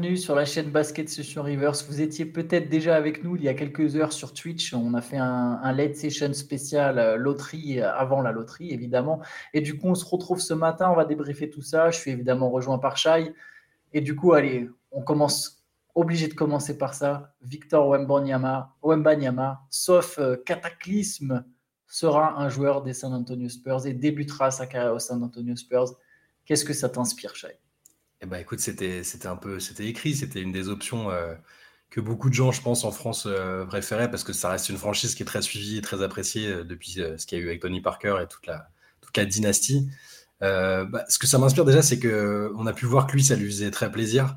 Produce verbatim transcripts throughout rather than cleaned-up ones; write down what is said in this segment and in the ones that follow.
bienvenue sur la chaîne Basket Session Rivers. Vous étiez peut-être déjà avec nous il y a quelques heures sur Twitch. On a fait un, un late session spécial euh, loterie euh, avant la loterie, évidemment. Et du coup, on se retrouve ce matin. On va débriefer tout ça. Je suis évidemment rejoint par Shai. Et du coup, allez, on commence. Obligé de commencer par ça. Victor Wembanyama, Wembanyama, sauf euh, cataclysme, sera un joueur des San Antonio Spurs et débutera sa carrière aux San Antonio Spurs. Qu'est-ce que ça t'inspire, Shai? Eh ben, écoute, c'était, c'était un peu, c'était écrit, c'était une des options euh, que beaucoup de gens, je pense, en France euh, préféraient parce que ça reste une franchise qui est très suivie et très appréciée euh, depuis euh, ce qu'il y a eu avec Tony Parker et toute la, toute la dynastie. Euh, bah, ce que ça m'inspire déjà, c'est que on a pu voir que lui, ça lui faisait très plaisir.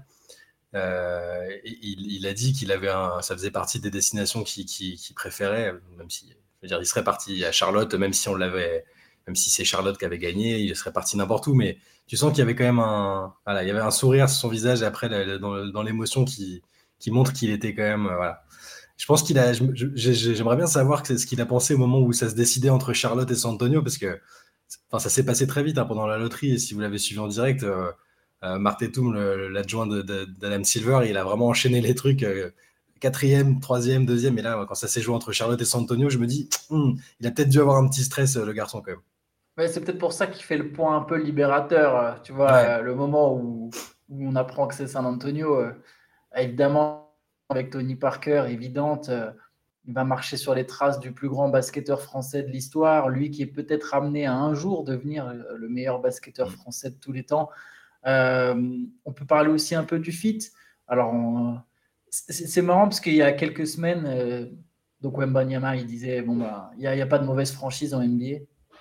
Euh, et il, il a dit qu'il avait un, ça faisait partie des destinations qu'il, qu'il, qu'il préférait, même si, je veux dire, il serait parti à Charlotte, même si on l'avait, même si c'est Charlotte qui avait gagné, il serait parti n'importe où, mais tu sens qu'il y avait quand même un, voilà, il y avait un sourire sur son visage et après la- dans, dans l'émotion qui, qui montre qu'il était quand même, euh, voilà. Je pense qu'il a, je- je- j'ai- j'aimerais bien savoir que- ce qu'il a pensé au moment où ça se décidait entre Charlotte et San Antonio parce que, enfin, ça s'est passé très vite hein, pendant la loterie et si vous l'avez suivi en direct. Euh, euh, Martetum, le- l'adjoint de- de- d'Adam Silver, il a vraiment enchaîné les trucs. Euh, quatrième, troisième, deuxième. Et là, quand ça s'est joué entre Charlotte et San Antonio, je me dis, Hum, il a peut-être dû avoir un petit stress, euh, le garçon, quand même. Ouais, c'est peut-être pour ça qu'il fait le point un peu libérateur. euh, Tu vois, Ouais. euh, le moment où, où on apprend que c'est San Antonio, euh, évidemment, avec Tony Parker, évidente, euh, il va marcher sur les traces du plus grand basketteur français de l'histoire, lui qui est peut-être amené à un jour devenir euh, le meilleur basketteur Hum, français de tous les temps. Euh, on peut parler aussi un peu du fit. Alors, on- c'est c'est marrant parce qu'il y a quelques semaines, euh, donc Wembanyama, il disait, bon, bah, il n'y a, il y a pas de mauvaise franchise en N B A.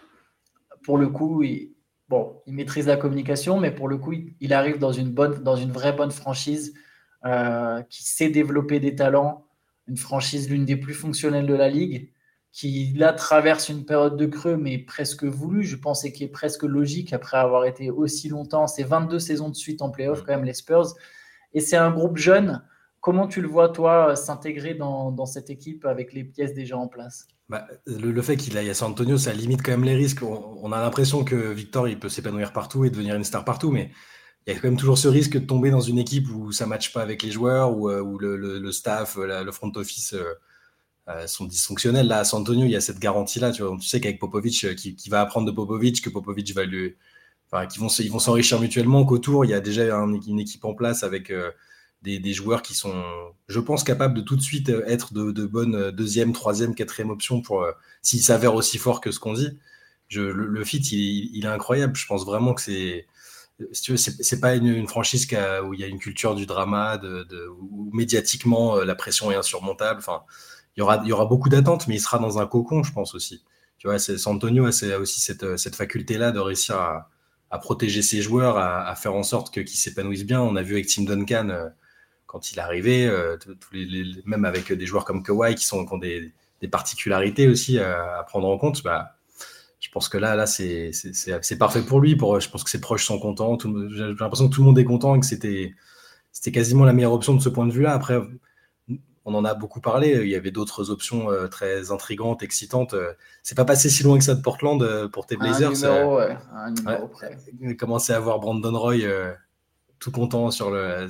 Pour le coup, il, bon, il maîtrise la communication, mais pour le coup, il, il arrive dans une, bonne, dans une vraie bonne franchise euh, qui sait développer des talents, une franchise l'une des plus fonctionnelles de la ligue, qui là traverse une période de creux, mais presque voulue, je pense, et qui est presque logique après avoir été aussi longtemps. C'est vingt-deux saisons de suite en playoff, hum. quand même, les Spurs. Et c'est un groupe jeune. Comment tu le vois, toi, s'intégrer dans, dans cette équipe avec les pièces déjà en place? Bah, le, le fait qu'il aille à San Antonio, ça limite quand même les risques. On, on a l'impression que Victor, il peut s'épanouir partout et devenir une star partout, mais il y a quand même toujours ce risque de tomber dans une équipe où ça ne matche pas avec les joueurs, où, euh, où le, le- le staff, la- le front office euh, euh, sont dysfonctionnels. Là, à San Antonio, il y a cette garantie-là. Tu vois, tu sais qu'avec Popovic, euh, qui, qui va apprendre de Popovic, que Popovic va lui, enfin, qui vont, se- ils vont s'enrichir mutuellement, qu'autour, il y a déjà un- une équipe en place avec euh, des, des joueurs qui sont, je pense, capables de tout de suite euh, être de, de bonnes euh, deuxième, troisième, quatrième option pour euh, s'ils s'avèrent aussi forts que ce qu'on dit. Je, le, le fit, il, il est incroyable. Je pense vraiment que c'est, si tu veux, c'est, c'est pas une, une franchise qui a- où il y a une culture du drama, de, de, où médiatiquement euh, la pression est insurmontable. Enfin, il y aura, il y aura beaucoup d'attentes, mais il sera dans un cocon, je pense aussi. Tu vois, c'est, San Antonio a c'est aussi cette, cette faculté-là de réussir à, à protéger ses joueurs, à, à faire en sorte que, qu'ils s'épanouissent bien. On a vu avec Tim Duncan euh, quand il est arrivé, euh, tous les, les- même avec des joueurs comme Kawhi qui, sont, qui ont des, des particularités aussi à, à prendre en compte. Bah, je pense que là, là c'est, c'est, c'est, c'est parfait pour lui. Pour, je pense que ses proches sont contents. Tout, j'ai l'impression que tout le monde est content et que c'était, c'était quasiment la meilleure option de ce point de vue-là. Après, on en a beaucoup parlé. Il y avait d'autres options euh, très intrigantes, excitantes. Euh, c'est pas passé si loin que ça de Portland euh, pour tes Un Blazers. Euh, numéro, ouais, un ouais, numéro près. euh, commencer à voir Brandon Roy euh, tout content sur le,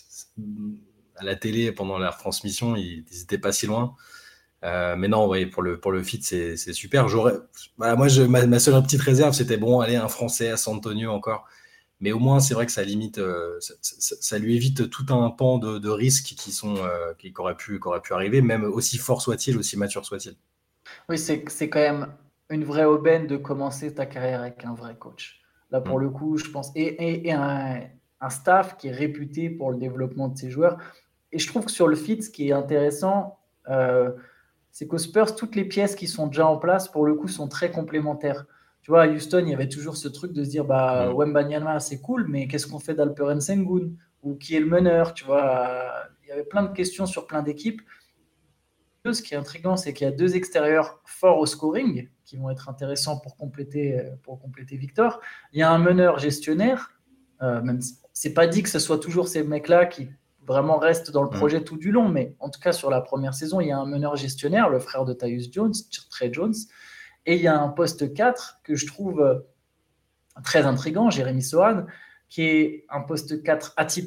à la télé pendant la retransmission. Ils n'étaient pas si loin. Euh, mais non, ouais, pour le, pour le fit, c'est, c'est super. J'aurais, voilà, moi, je, ma, ma seule petite réserve, c'était bon, allez, un Français à San Antonio encore. Mais au moins, c'est vrai que ça limite, euh, ça, ça- ça lui évite tout un pan de, de risques qui sont, euh, qui, qui auraient pu, qui auraient pu arriver, même aussi fort soit-il, aussi mature soit-il. Oui, c'est c'est quand même une vraie aubaine de commencer ta carrière avec un vrai coach. Là, pour Mm. le coup, je pense, et, et- et un, un staff qui est réputé pour le développement de ses joueurs. Et je trouve que sur le fit, ce qui est intéressant, euh, c'est qu'aux Spurs, toutes les pièces qui sont déjà en place, pour le coup, sont très complémentaires. Tu vois, à Houston, il y avait toujours ce truc de se dire, bah, Mm. Wembanyama, c'est cool, mais qu'est-ce qu'on fait d'Alperen Sengun? Ou qui est le meneur? Tu vois, il y avait plein de questions sur plein d'équipes. Ce qui est intriguant, c'est qu'il y a deux extérieurs forts au scoring qui vont être intéressants pour compléter, pour compléter Victor. Il y a un meneur gestionnaire, euh, même si c'est pas dit que ce soit toujours ces mecs-là qui vraiment restent dans le Mm. projet tout du long, mais en tout cas sur la première saison, il y a un meneur gestionnaire, le frère de Tyus Jones, Trey Jones, et il y a un poste quatre que je trouve très intriguant, Jérémy Sohan, qui est un poste quatre atypique,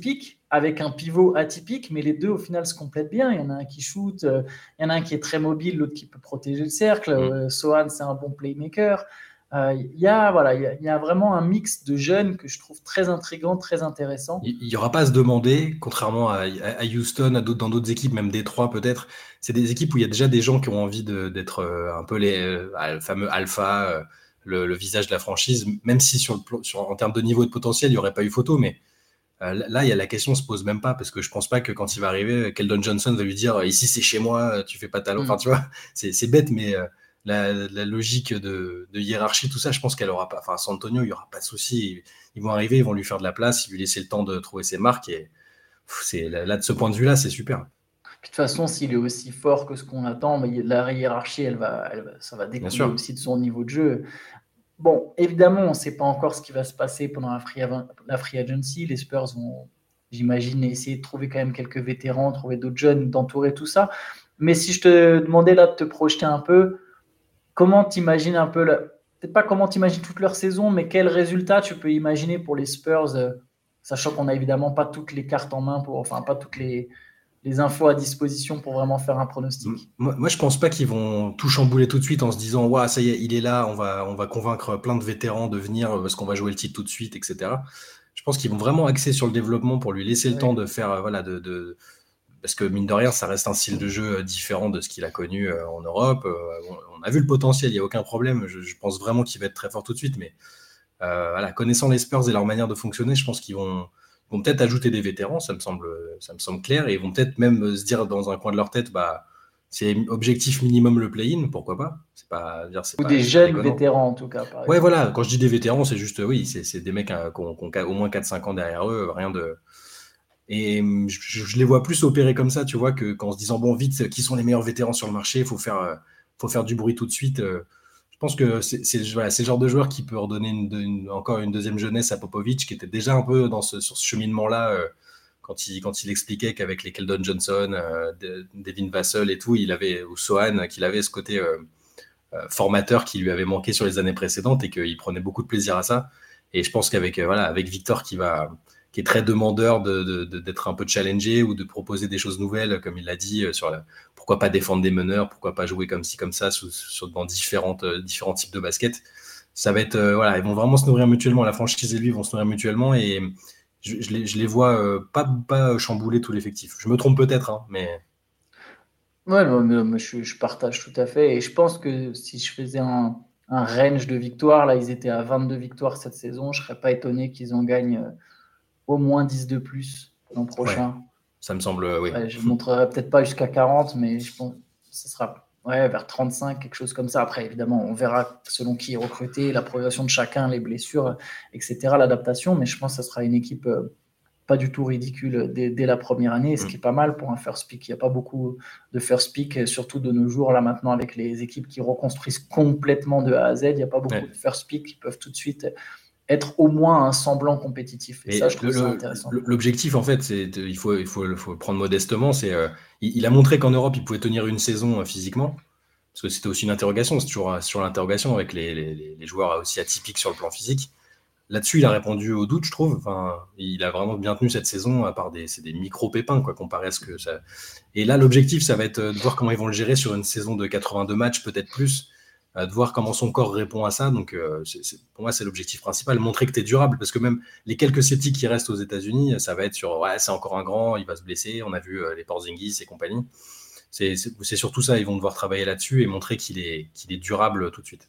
avec un pivot atypique, mais les deux, au final, se complètent bien. Il y en a un qui shoot, euh, il y en a un qui est très mobile, l'autre qui peut protéger le cercle. Mm. Euh, Sohan, c'est un bon playmaker. Euh, Il y a, voilà, il y a, il y a vraiment un mix de jeunes que je trouve très intrigant, très intéressant. Il n'y aura pas à se demander, contrairement à, à Houston, à d'autres, dans d'autres équipes, même Détroit peut-être, c'est des équipes où il y a déjà des gens qui ont envie de, d'être euh, un peu les euh, le fameux alpha, euh, le, le visage de la franchise, même si sur le, sur, en termes de niveau et de potentiel, il n'y aurait pas eu photo, mais euh, là, il y a la question se pose même pas, parce que je pense pas que quand il va arriver, Keldon Johnson va lui dire ici c'est chez moi, tu fais pas talent. Mm. Enfin, tu vois, c'est, c'est bête, mais euh, la, la logique de, de hiérarchie, tout ça, je pense qu'elle aura pas. Enfin, à San Antonio, il y aura pas de souci. Ils, ils vont arriver, ils vont lui faire de la place, ils lui laisser le temps de trouver ses marques. Et pff, c'est là, de ce point de vue-là, c'est super. Puis, de toute façon, s'il est aussi fort que ce qu'on attend, mais la hiérarchie, elle va, elle va- ça va Bien découler sûr. aussi de son niveau de jeu. Bon, évidemment, on ne sait pas encore ce qui va se passer pendant la free, av- la free agency. Les Spurs vont, j'imagine, essayer de trouver quand même quelques vétérans, trouver d'autres jeunes, d'entourer tout ça. Mais si je te demandais là de te projeter un peu, comment t'imagines un peu, la- peut-être pas comment t'imagines toute leur saison, mais quel résultat tu peux imaginer pour les Spurs, euh, sachant qu'on n'a évidemment pas toutes les cartes en main, pour, enfin pas toutes les, les infos à disposition pour vraiment faire un pronostic. Moi, moi, je pense pas qu'ils vont tout chambouler tout de suite en se disant ouais, ça y est, il est là, on va, on va convaincre plein de vétérans de venir parce qu'on va jouer le titre tout de suite, et cetera. Je pense qu'ils vont vraiment axer sur le développement pour lui laisser le Oui. temps de faire, euh, voilà, de, de, parce que mine de rien, ça reste un style de jeu différent de ce qu'il a connu euh, en Europe. Euh, on, on a vu le potentiel, il n'y a aucun problème. Je, je pense vraiment qu'il va être très fort tout de suite, mais euh, voilà, connaissant les Spurs et leur manière de fonctionner, je pense qu'ils vont, vont peut-être ajouter des vétérans, ça me semble, ça me semble clair, et ils vont peut-être même se dire dans un coin de leur tête, bah, c'est objectif minimum le play-in, pourquoi pas. C'est pas, dire, c'est Ou pas, des c'est pas jeunes déconnant. vétérans en tout cas, par Ouais, exemple. voilà, quand je dis des vétérans, c'est juste, oui, c'est, c'est des mecs euh, qui ont, qui ont au moins quatre cinq ans derrière eux, rien de. Et je, je, les vois plus opérer comme ça, tu vois, que qu'en se disant, bon, vite, qui sont les meilleurs vétérans sur le marché, il faut faire, euh, faut faire du bruit tout de suite. Euh, je pense que c'est, c'est, voilà, c'est le genre de joueur qui peut redonner une, une, encore une deuxième jeunesse à Popovic, qui était déjà un peu dans ce, sur ce cheminement-là, euh, quand, il, quand il expliquait qu'avec les Keldon Johnson, euh, Devin Vassell et tout, il avait, ou Sohan, qu'il avait ce côté euh, euh, formateur qui lui avait manqué sur les années précédentes et qu'il prenait beaucoup de plaisir à ça. Et je pense qu'avec euh, voilà, avec Victor qui va qui est très demandeur de, de, de, d'être un peu challengé ou de proposer des choses nouvelles, comme il l'a dit, euh, sur la, pourquoi pas défendre des meneurs, pourquoi pas jouer comme ci, comme ça, sous, sur, dans différentes, euh, différents types de basket. Ça va être, euh, voilà, ils vont vraiment se nourrir mutuellement, la franchise et lui vont se nourrir mutuellement, et je, je, les, je les vois euh, pas, pas chambouler tout l'effectif. Je me trompe peut-être, hein, mais... Ouais, mais, mais je, je, partage tout à fait. Et je pense que si je faisais un, un range de victoires, là, ils étaient à vingt-deux victoires cette saison. Je ne serais pas étonné qu'ils en gagnent euh, au moins dix de plus l'an Ouais, prochain. ça me semble, euh, oui. Ouais, je ne montrerai peut-être pas jusqu'à quarante, mais je pense que ce sera ouais, vers trente-cinq, quelque chose comme ça. Après, évidemment, on verra selon qui est recruté, la progression de chacun, les blessures, et cetera, l'adaptation. Mais je pense que ce sera une équipe euh, pas du tout ridicule dès, dès la première année, ce qui est pas mal pour un first pick. Il n'y a pas beaucoup de first pick, surtout de nos jours, là maintenant, avec les équipes qui reconstruisent complètement de A à Z. Il n'y a pas beaucoup Ouais. de first pick qui peuvent tout de suite être au moins un semblant compétitif. Et, et ça, je trouve le, ça intéressant. Le, l'objectif, en fait, c'est il faut, il faut, il faut le prendre modestement. C'est, euh, il, il a montré qu'en Europe, il pouvait tenir une saison euh, physiquement. Parce que c'était aussi une interrogation, c'est toujours sur l'interrogation avec les, les, les joueurs aussi atypiques sur le plan physique. Là-dessus, il a répondu au doute, je trouve. Enfin, il a vraiment bien tenu cette saison, à part des, c'est des micro-pépins, quoi, comparé à ce que ça. Et là, l'objectif, ça va être de voir comment ils vont le gérer sur une saison de quatre-vingt-deux matchs, peut-être plus, de voir comment son corps répond à ça. Donc, euh, c'est, c'est, pour moi, c'est l'objectif principal, montrer que tu es durable, parce que même les quelques sceptiques qui restent aux États-Unis, ça va être sur ouais, c'est encore un grand, il va se blesser. On a vu euh, les Porzingis et compagnie. C'est, c'est, c'est surtout ça, ils vont devoir travailler là-dessus et montrer qu'il est, qu'il est durable tout de suite.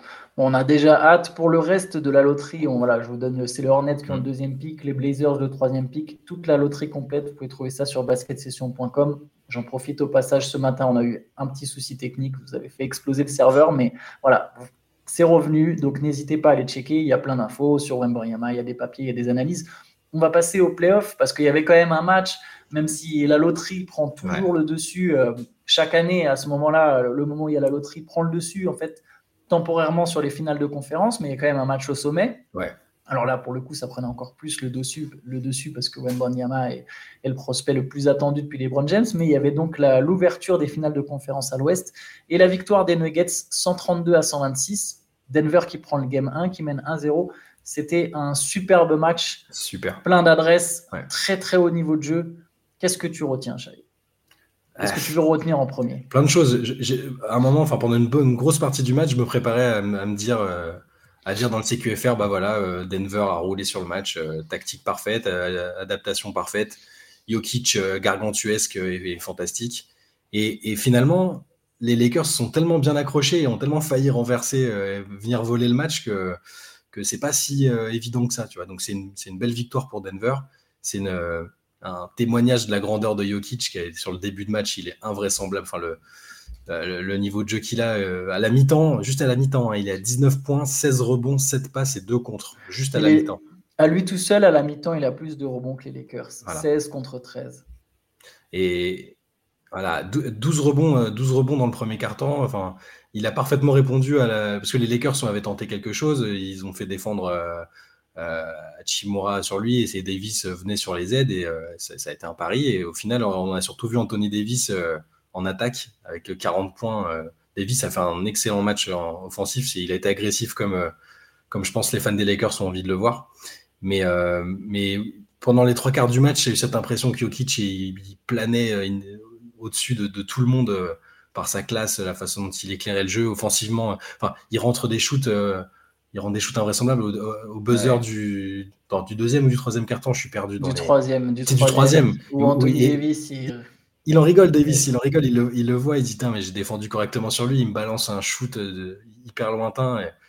On a déjà hâte pour le reste de la loterie. On, voilà, je vous donne, c'est les Hornets qui ont le deuxième pick, les Blazers le troisième pick, toute la loterie complète. Vous pouvez trouver ça sur basket session point com. J'en profite au passage. Ce matin, on a eu un petit souci technique. Vous avez fait exploser le serveur, mais voilà, c'est revenu. Donc n'hésitez pas à aller checker. Il y a plein d'infos sur Wembanyama. Il y a des papiers, il y a des analyses. On va passer aux playoffs parce qu'il y avait quand même un match, même si la loterie prend toujours ouais. le dessus. Euh, chaque année, à ce moment-là, le moment où il y a la loterie prend le dessus. En fait, temporairement sur les finales de conférence, mais il y a quand même un match au sommet. Ouais. Alors là, pour le coup, ça prenait encore plus le dessus, le dessus parce que Wembanyama est, est le prospect le plus attendu depuis les LeBron James, mais il y avait donc la, l'ouverture des finales de conférence à l'Ouest et la victoire des Nuggets cent trente-deux à cent vingt-six. Denver qui prend le game un, qui mène un zéro. C'était un superbe match. Super. Plein d'adresses, ouais. très très haut niveau de jeu. Qu'est-ce que tu retiens, Shai? Qu'est-ce que tu veux retenir en premier? Plein de choses. J'ai, à un moment, enfin pendant une bonne une grosse partie du match, je me préparais à, m- à me dire, euh, à dire dans le C Q F R, bah voilà, euh, Denver a roulé sur le match, euh, tactique parfaite, euh, adaptation parfaite, Jokic euh, gargantuesque et, et fantastique. Et, et finalement, les Lakers sont tellement bien accrochés et ont tellement failli renverser, euh, venir voler le match que que c'est pas si euh, évident que ça, tu vois. Donc c'est une, c'est une belle victoire pour Denver. C'est une, euh, un témoignage de la grandeur de Jokic qui est sur le début de match, il est invraisemblable. Enfin le euh, le, le niveau de jeu qu'il a euh, à la mi-temps, juste à la mi-temps, hein, il est à dix-neuf points, seize rebonds, sept passes et deux contres, juste à Il la est, mi-temps. à lui tout seul, à la mi-temps, il a plus de rebonds que les Lakers. Voilà. seize contre treize. Et voilà, douze rebonds, douze rebonds dans le premier quart-temps. Enfin, il a parfaitement répondu à la... Parce que les Lakers avaient tenté quelque chose, ils ont fait défendre euh, euh, Hachimura sur lui et c'est Davis venait sur les aides et euh, ça, ça a été un pari. Et au final, on a surtout vu Anthony Davis euh, en attaque avec quarante points. Euh, Davis a fait un excellent match en offensif. Il a été agressif comme, euh, comme je pense les fans des Lakers ont envie de le voir. Mais, euh, mais pendant les trois quarts du match, j'ai eu cette impression que Jokic il, il planait euh, une, au-dessus de, de tout le monde euh, par sa classe, la façon dont il éclairait le jeu offensivement. Euh, enfin, il rentre des shoots, euh, il rend des shoots invraisemblables au, au buzzer Ouais. du, dans, du deuxième ou du troisième quart-temps. Je suis perdu dans Du les. troisième, du C'est du troisième. Où Oui, Anthony et Davis, il... il en rigole, Davis. Il en rigole. Il le, il le voit. Il dit, mais j'ai défendu correctement sur lui. Il me balance un shoot de, hyper lointain. Et,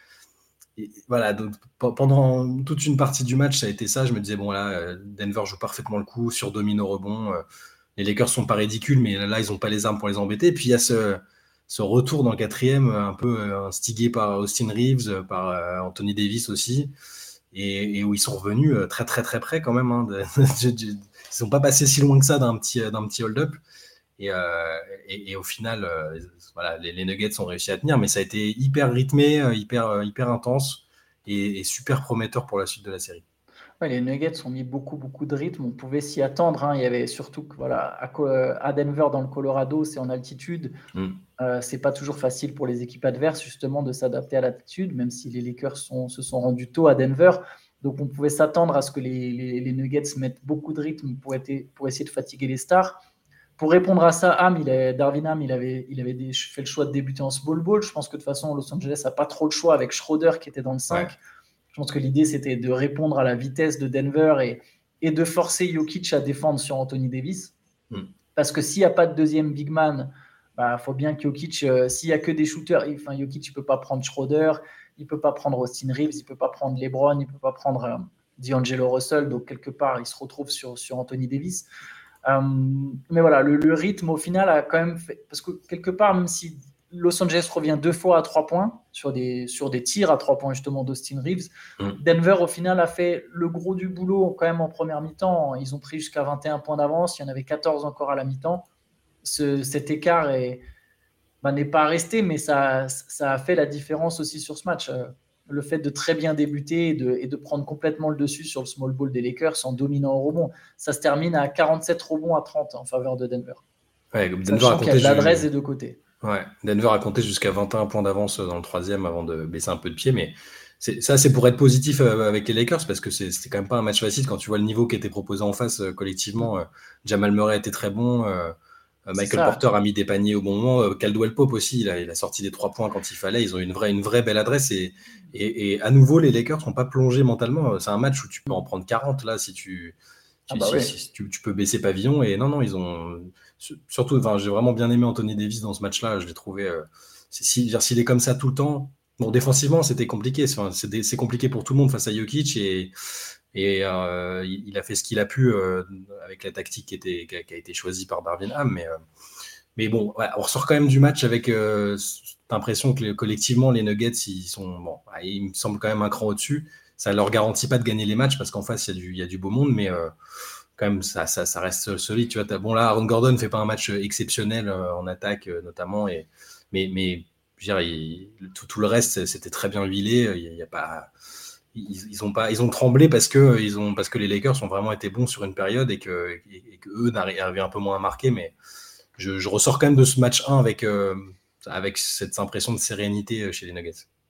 et voilà, donc, pendant toute une partie du match, ça a été ça. Je me disais, bon, là, Denver joue parfaitement le coup, sur domine au rebond. Euh, les Lakers sont pas ridicules, mais là, ils ont pas les armes pour les embêter. Et puis, il y a ce, ce retour dans le quatrième, un peu euh, instigé par Austin Reeves, par euh, Anthony Davis aussi, et, et où ils sont revenus euh, très, très, très près quand même. Hein, de, de, de, ils sont pas passés si loin que ça d'un petit, d'un petit hold-up. Et, euh, et, et, au final, euh, voilà, les, les Nuggets ont réussi à tenir, mais ça a été hyper rythmé, hyper, hyper intense et, et super prometteur pour la suite de la série. Ouais, les Nuggets ont mis beaucoup, beaucoup de rythme. On pouvait s'y attendre. Hein. Il y avait surtout que voilà, à, à Denver, dans le Colorado, c'est en altitude. Mm. Euh, c'est pas toujours facile pour les équipes adverses justement de s'adapter à l'altitude, même si les Lakers sont, se sont rendus tôt à Denver. Donc on pouvait s'attendre à ce que les, les, les Nuggets mettent beaucoup de rythme pour, être, pour essayer de fatiguer les stars. Pour répondre à ça, Ham, il est, Darvin Ham, il avait, il avait des, fait le choix de débuter en small ball. Je pense que de toute façon, Los Angeles n'a pas trop le choix avec Schroeder qui était dans le cinq. Ouais. Je pense que l'idée, c'était de répondre à la vitesse de Denver et, et de forcer Jokic à défendre sur Anthony Davis. Mm. Parce que s'il n'y a pas de deuxième big man, il bah, faut bien que Jokic, euh, s'il n'y a que des shooters, enfin, Jokic ne peut pas prendre Schroeder, il ne peut pas prendre Austin Reeves, il ne peut pas prendre LeBron, il ne peut pas prendre euh, D'Angelo Russell. Donc, quelque part, il se retrouve sur, sur Anthony Davis. Euh, mais voilà, le, le rythme au final a quand même fait. Parce que quelque part, même si Los Angeles revient deux fois à trois points sur des, sur des tirs à trois points justement d'Austin Reeves, mm. Denver au final a fait le gros du boulot quand même en première mi-temps. Ils ont pris jusqu'à vingt et un points d'avance, il y en avait quatorze encore à la mi-temps. Ce, cet écart est, bah, n'est pas resté, mais ça, ça a fait la différence aussi sur ce match. Le fait de très bien débuter et de, et de prendre complètement le dessus sur le small ball des Lakers en dominant au rebond. Ça se termine à quarante-sept rebonds à trente en faveur de Denver. Ouais, Denver Sachant a qu'il y a de l'adresse des deux côtés. Ouais, Denver a compté jusqu'à vingt et un points d'avance dans le troisième avant de baisser un peu de pied, mais c'est, ça c'est pour être positif avec les Lakers parce que c'est, c'était quand même pas un match facile quand tu vois le niveau qui était proposé en face euh, collectivement. Euh, Jamal Murray était très bon, euh, Michael Porter a mis des paniers au bon moment, euh, Caldwell Pope aussi, il a, il a sorti des trois points quand il fallait. Ils ont une vraie, une vraie belle adresse et, et, et à nouveau les Lakers sont pas plongés mentalement. C'est un match où tu peux en prendre quarante là si tu Tu, ah bah si, ouais. si, si tu, tu peux baisser pavillon et non non ils ont surtout enfin j'ai vraiment bien aimé Anthony Davis dans ce match-là, je l'ai trouvé euh, c'est, si, genre, s'il est comme ça tout le temps, bon défensivement c'était compliqué, c'est, c'est, c'est compliqué pour tout le monde face à Jokic et et euh, il, il a fait ce qu'il a pu euh, avec la tactique qui, était, qui, a, qui a été choisie par Darvin Ham, mais euh, mais bon ouais, on ressort quand même du match avec euh, l'impression que les, collectivement les Nuggets ils sont bon ils me semblent quand même un cran au-dessus. Ça leur garantit pas de gagner les matchs parce qu'en face il y a du, il y a du beau monde, mais euh, quand même ça, ça, ça reste solide. Tu vois, t'as, bon là, Aaron Gordon fait pas un match exceptionnel euh, en attaque euh, notamment, et mais mais je veux dire, il, tout, tout le reste c'était très bien huilé. Il y a, il y a pas, ils, ils ont pas, ils ont tremblé parce que ils ont parce que les Lakers ont vraiment été bons sur une période et que et, et que eux arrivaient un peu moins à marquer. Mais je, je ressors quand même de ce match un avec euh, avec cette impression de sérénité chez les Nuggets.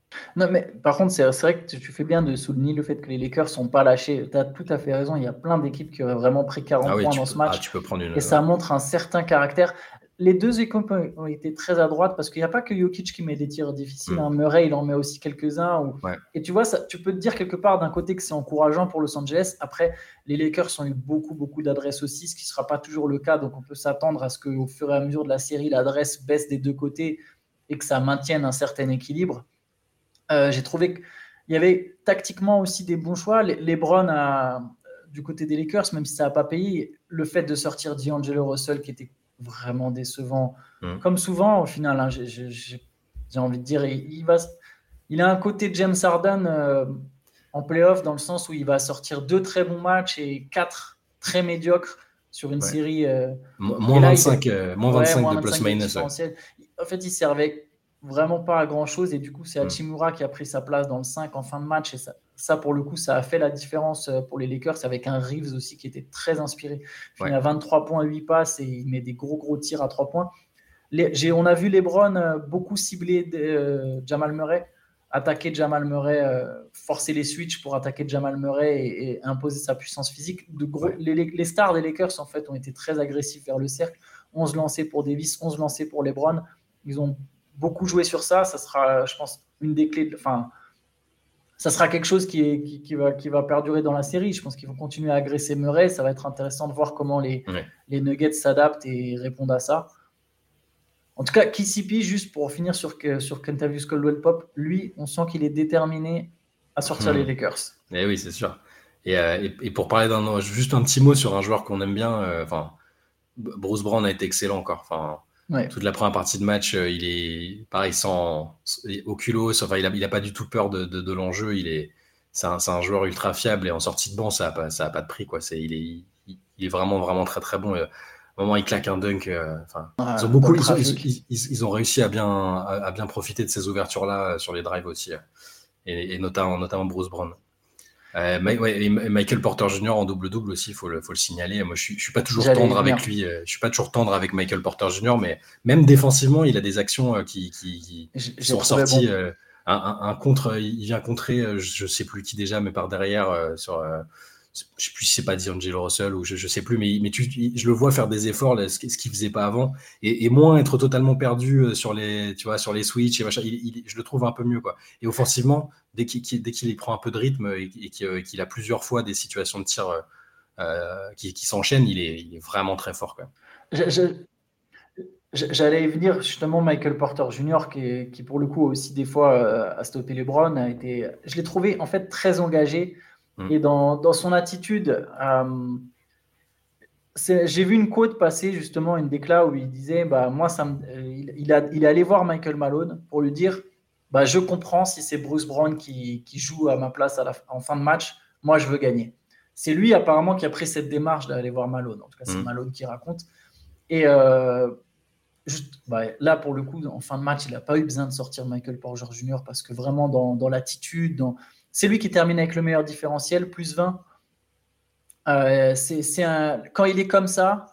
Non, mais par contre, c'est, c'est vrai que tu fais bien de souligner le fait que les Lakers sont pas lâchés. Tu as tout à fait raison. Il y a plein d'équipes qui auraient vraiment pris Ah quarante oui, points tu dans peux, ce ah, match. tu peux prendre une. Et Ouais. ça montre un certain caractère. Les deux équipes ont été très à droite parce qu'il n'y a pas que Jokic qui met des tirs difficiles. Mm. Hein. Murray, il en met aussi quelques-uns. Ou... Ouais. Et tu vois, ça, tu peux te dire quelque part d'un côté que c'est encourageant pour Los Angeles. Après, les Lakers ont eu beaucoup, beaucoup d'adresses aussi, ce qui ne sera pas toujours le cas. Donc, on peut s'attendre à ce qu'au fur et à mesure de la série, l'adresse baisse des deux côtés et que ça maintienne un certain équilibre. Euh, j'ai trouvé qu'il y avait tactiquement aussi des bons choix. LeBron, a, du côté des Lakers, même si ça n'a pas payé, le fait de sortir D'Angelo Russell, qui était vraiment décevant, Mm. comme souvent au final, hein, j'ai, j'ai, j'ai envie de dire, il, il, va, il a un côté James Harden euh, en playoff, dans le sens où il va sortir deux très bons matchs et quatre très médiocres sur une Ouais. série. Euh, moins et là, vingt-cinq, il, euh, moins ouais, vingt-cinq moins de vingt-cinq de plus-minus. Ouais. différentiel. En fait, il servait vraiment pas à grand chose et du coup c'est Mm. Hachimura qui a pris sa place dans le cinq en fin de match et ça, ça pour le coup ça a fait la différence pour les Lakers avec un Reeves aussi qui était très inspiré. Il finit Ouais. à vingt-trois points, huit passes et il met des gros gros tirs à trois points. Les, j'ai, on a vu LeBron euh, beaucoup cibler de, euh, Jamal Murray, attaquer Jamal Murray, euh, forcer les switches pour attaquer Jamal Murray et, et imposer sa puissance physique. De gros, Ouais. les, les stars des Lakers en fait ont été très agressifs vers le cercle. onze lancés pour Davis, onze lancés pour LeBron. Ils ont beaucoup joué sur ça. Ça sera, je pense, une des clés. De, enfin, ça sera quelque chose qui, est, qui, qui, va, qui va perdurer dans la série. Je pense qu'ils vont continuer à agresser Murray. Ça va être intéressant de voir comment les, Ouais. les Nuggets s'adaptent et répondent à ça. En tout cas, K C P, juste pour finir sur, sur Kentavious Caldwell-Pope, lui, on sent qu'il est déterminé à sortir Mmh. les Lakers. Eh oui, c'est sûr. Et, euh, et, et pour parler d'un juste un petit mot sur un joueur qu'on aime bien, enfin, euh, Bruce Brown a été excellent encore. Enfin, ouais. Toute la première partie de match, euh, il est pareil, sans au culot. Enfin, il a, il a pas du tout peur de, de, de l'enjeu. Il est, c'est un, c'est un joueur ultra fiable et en sortie de banc, ça a pas, ça a pas de prix quoi. C'est, il est, il, il est vraiment, vraiment très, très bon. Et, au moment où il claque un dunk, euh, enfin, Ah, ils ont beaucoup, ils ont, ils, ils, ils, ils ont réussi à bien, à, à bien profiter de ces ouvertures là sur les drives aussi, et, et notamment, notamment Bruce Brown. Euh, Ma- ouais, et Michael Porter Junior en double-double aussi, il faut le, faut le signaler. Moi, je suis, je suis pas toujours J'allais tendre venir. avec lui. euh, Je suis pas toujours tendre avec Michael Porter Junior, mais même défensivement, il a des actions euh, qui, qui, qui, J'ai qui sont trouvé ressorties. bon. euh, un, un, un contre, il vient contrer, euh, je, je sais plus qui déjà, mais par derrière, euh, sur, euh, je sais plus si c'est pas D'Angelo Russell ou je, je sais plus, mais, mais tu, je le vois faire des efforts, là, ce, ce qu'il faisait pas avant, et, et moins être totalement perdu euh, sur les, tu vois, sur les switches et machin. Il, il, je le trouve un peu mieux, quoi. Et offensivement, dès qu'il, qu'il, dès qu'il prend un peu de rythme et, et qu'il, euh, qu'il a plusieurs fois des situations de tir euh, qui, qui s'enchaînent, il est, il est vraiment très fort, quoi. Je, je, J'allais y venir justement Michael Porter Junior qui, qui pour le coup aussi des fois euh, a stoppé LeBron a été, je l'ai trouvé en fait très engagé Mm. et dans, dans son attitude. Euh, c'est, j'ai vu une quote passer justement une déclat où il disait bah moi ça me, il, il, a, il est allé voir Michael Malone pour lui dire bah je comprends si c'est Bruce Brown qui, qui joue à ma place à la, en fin de match, moi je veux gagner. C'est lui apparemment qui a pris cette démarche d'aller voir Malone. En tout cas c'est Mm. Malone qui raconte et euh, Juste, bah, là, pour le coup, en fin de match, il n'a pas eu besoin de sortir Michael Porter Junior parce que vraiment, dans, dans l'attitude, dans... c'est lui qui termine avec le meilleur différentiel, plus vingt. Euh, c'est, c'est un... Quand il est comme ça,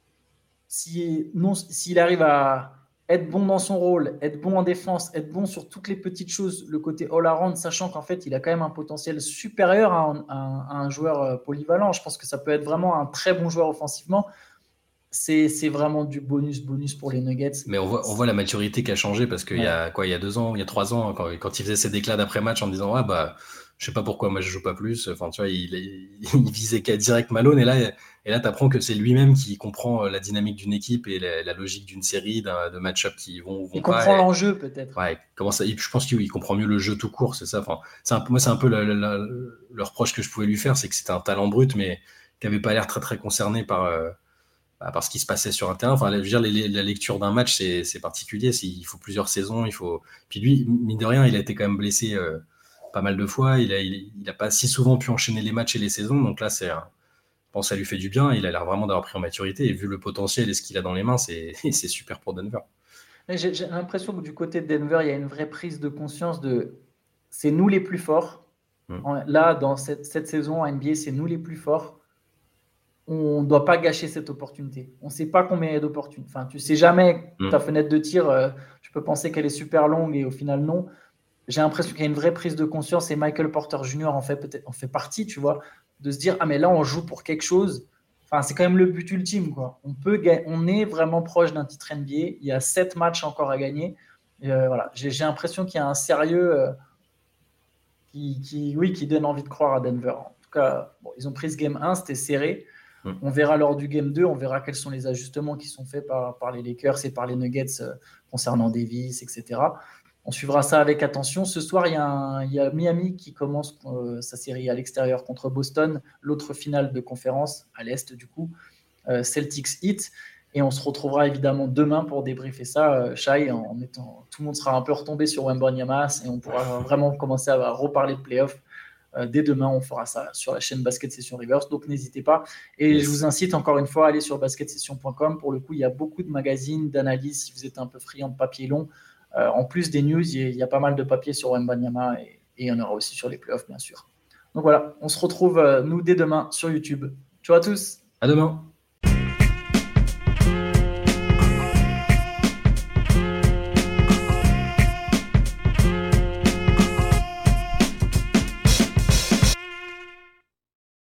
si, non, s'il arrive à être bon dans son rôle, être bon en défense, être bon sur toutes les petites choses, le côté all-around, sachant qu'en fait, il a quand même un potentiel supérieur à un, à un joueur polyvalent. Je pense que ça peut être vraiment un très bon joueur offensivement. C'est, c'est vraiment du bonus, bonus pour les Nuggets. Mais on voit, on voit la maturité qui a changé parce qu'il Ouais. y a quoi, il y a deux ans, il y a trois ans, quand, quand il faisait ses déclats d'après-match en disant ah bah je sais pas pourquoi moi je joue pas plus. Enfin tu vois, il, il visait qu'à direct Malone et là et là t'apprends que c'est lui-même qui comprend la dynamique d'une équipe et la, la logique d'une série, d'un, de match-up qui vont ou vont Il pas. comprend Et, l'enjeu peut-être. ouais, comment ça, je pense qu'il comprend mieux le jeu tout court, c'est ça. Enfin, c'est un, moi c'est un peu le, le, le reproche que je pouvais lui faire, c'est que c'était un talent brut mais qui avait pas l'air très très concerné par euh, Bah, par ce qui se passait sur un terrain. Enfin, je veux dire, les, les, la lecture d'un match, c'est, c'est particulier. C'est, il faut plusieurs saisons. Il faut. Puis lui, mine de rien, il a été quand même blessé euh, pas mal de fois. Il a, il, il a pas si souvent pu enchaîner les matchs et les saisons. Donc là, c'est, je pense, que ça lui fait du bien. Il a l'air vraiment d'avoir pris en maturité. Et vu le potentiel et ce qu'il a dans les mains, c'est, c'est super pour Denver. J'ai, j'ai l'impression que du côté de Denver, il y a une vraie prise de conscience de c'est nous les plus forts. Mm. Là, dans cette, cette saison en N B A, c'est nous les plus forts. On ne doit pas gâcher cette opportunité. On ne sait pas combien il y a d'opportunités. Enfin, tu ne sais jamais Mm. ta fenêtre de tir. Euh, tu peux penser qu'elle est super longue et au final, non. j'ai l'impression qu'il y a une vraie prise de conscience et Michael Porter Junior en fait, peut-être, en fait partie, tu vois, de se dire ah mais là on joue pour quelque chose. Enfin, c'est quand même le but ultime, quoi. On peut, on est vraiment proche d'un titre N B A. Il y a sept matchs encore à gagner. Et euh, voilà, j'ai, j'ai l'impression qu'il y a un sérieux euh, qui, qui, oui, qui donne envie de croire à Denver. En tout cas, bon, ils ont pris ce game un, c'était serré. Mm. On verra lors du game deux, on verra quels sont les ajustements qui sont faits par, par les Lakers et par les Nuggets euh, concernant Davis, et cetera. On suivra ça avec attention. Ce soir, il y a, un, il y a Miami qui commence euh, sa série à l'extérieur contre Boston, l'autre finale de conférence à l'Est du coup, euh, Celtics Heat. Et on se retrouvera évidemment demain pour débriefer ça, euh, Shai, en étant, tout le monde sera un peu retombé sur Wembanyama et on pourra vraiment commencer à reparler de playoffs. Euh, dès demain, on fera ça sur la chaîne Basket Session Reverse, donc n'hésitez pas. Et yes. Je vous incite encore une fois à aller sur basket session point com. Pour le coup, il y a beaucoup de magazines, d'analyses, si vous êtes un peu friand de papier long. Euh, en plus des news, il y a pas mal de papiers sur Wembanyama et, et il y en aura aussi sur les playoffs, bien sûr. Donc voilà, on se retrouve, euh, nous, dès demain sur YouTube. Ciao à tous. À demain.